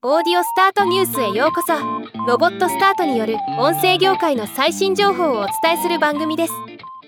オーディオスタートニュースへようこそ。ロボットスタートによる音声業界の最新情報をお伝えする番組です。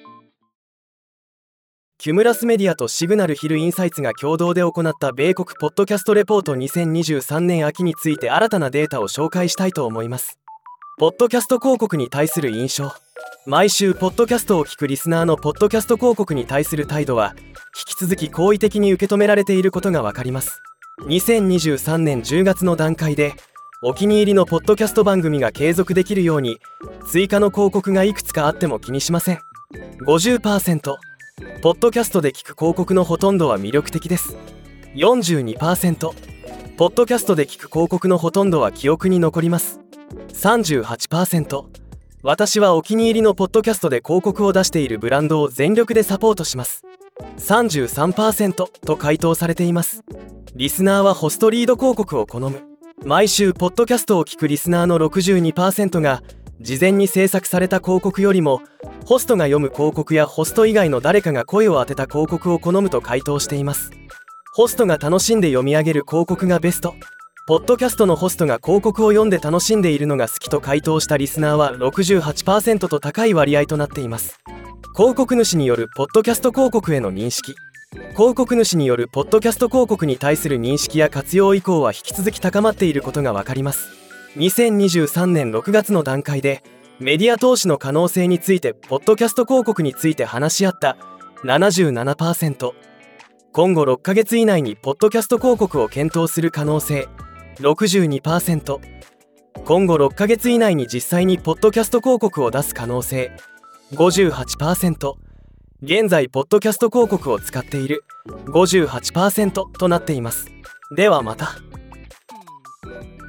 キュムラスメディアとシグナルヒルインサイツが共同で行った米国ポッドキャストレポート2023年秋について新たなデータを紹介したいと思います。ポッドキャスト広告に対する印象。毎週ポッドキャストを聞くリスナーのポッドキャスト広告に対する態度は引き続き好意的に受け止められていることがわかります。2023年10月の段階でお気に入りのポッドキャスト番組が継続できるように追加の広告がいくつかあっても気にしません。 50%、 ポッドキャストで聞く広告のほとんどは魅力的です。 42%、 ポッドキャストで聞く広告のほとんどは記憶に残ります。 38%、 私はお気に入りのポッドキャストで広告を出しているブランドを全力でサポートします。 33% と回答されています。リスナーはホストリード広告を好む。毎週ポッドキャストを聞くリスナーの 62% が事前に制作された広告よりもホストが読む広告やホスト以外の誰かが声を当てた広告を好むと回答しています。ホストが楽しんで読み上げる広告がベスト。ポッドキャストのホストが広告を読んで楽しんでいるのが好きと回答したリスナーは 68% と高い割合となっています。広告主によるポッドキャスト広告への認識。広告主によるポッドキャスト広告に対する認識や活用意向は引き続き高まっていることがわかります。2023年6月の段階でメディア投資の可能性についてポッドキャスト広告について話し合った 77%、 今後6ヶ月以内にポッドキャスト広告を検討する可能性 62%、 今後6ヶ月以内に実際にポッドキャスト広告を出す可能性 58%、現在ポッドキャスト広告を使っている 58% となっています。ではまた。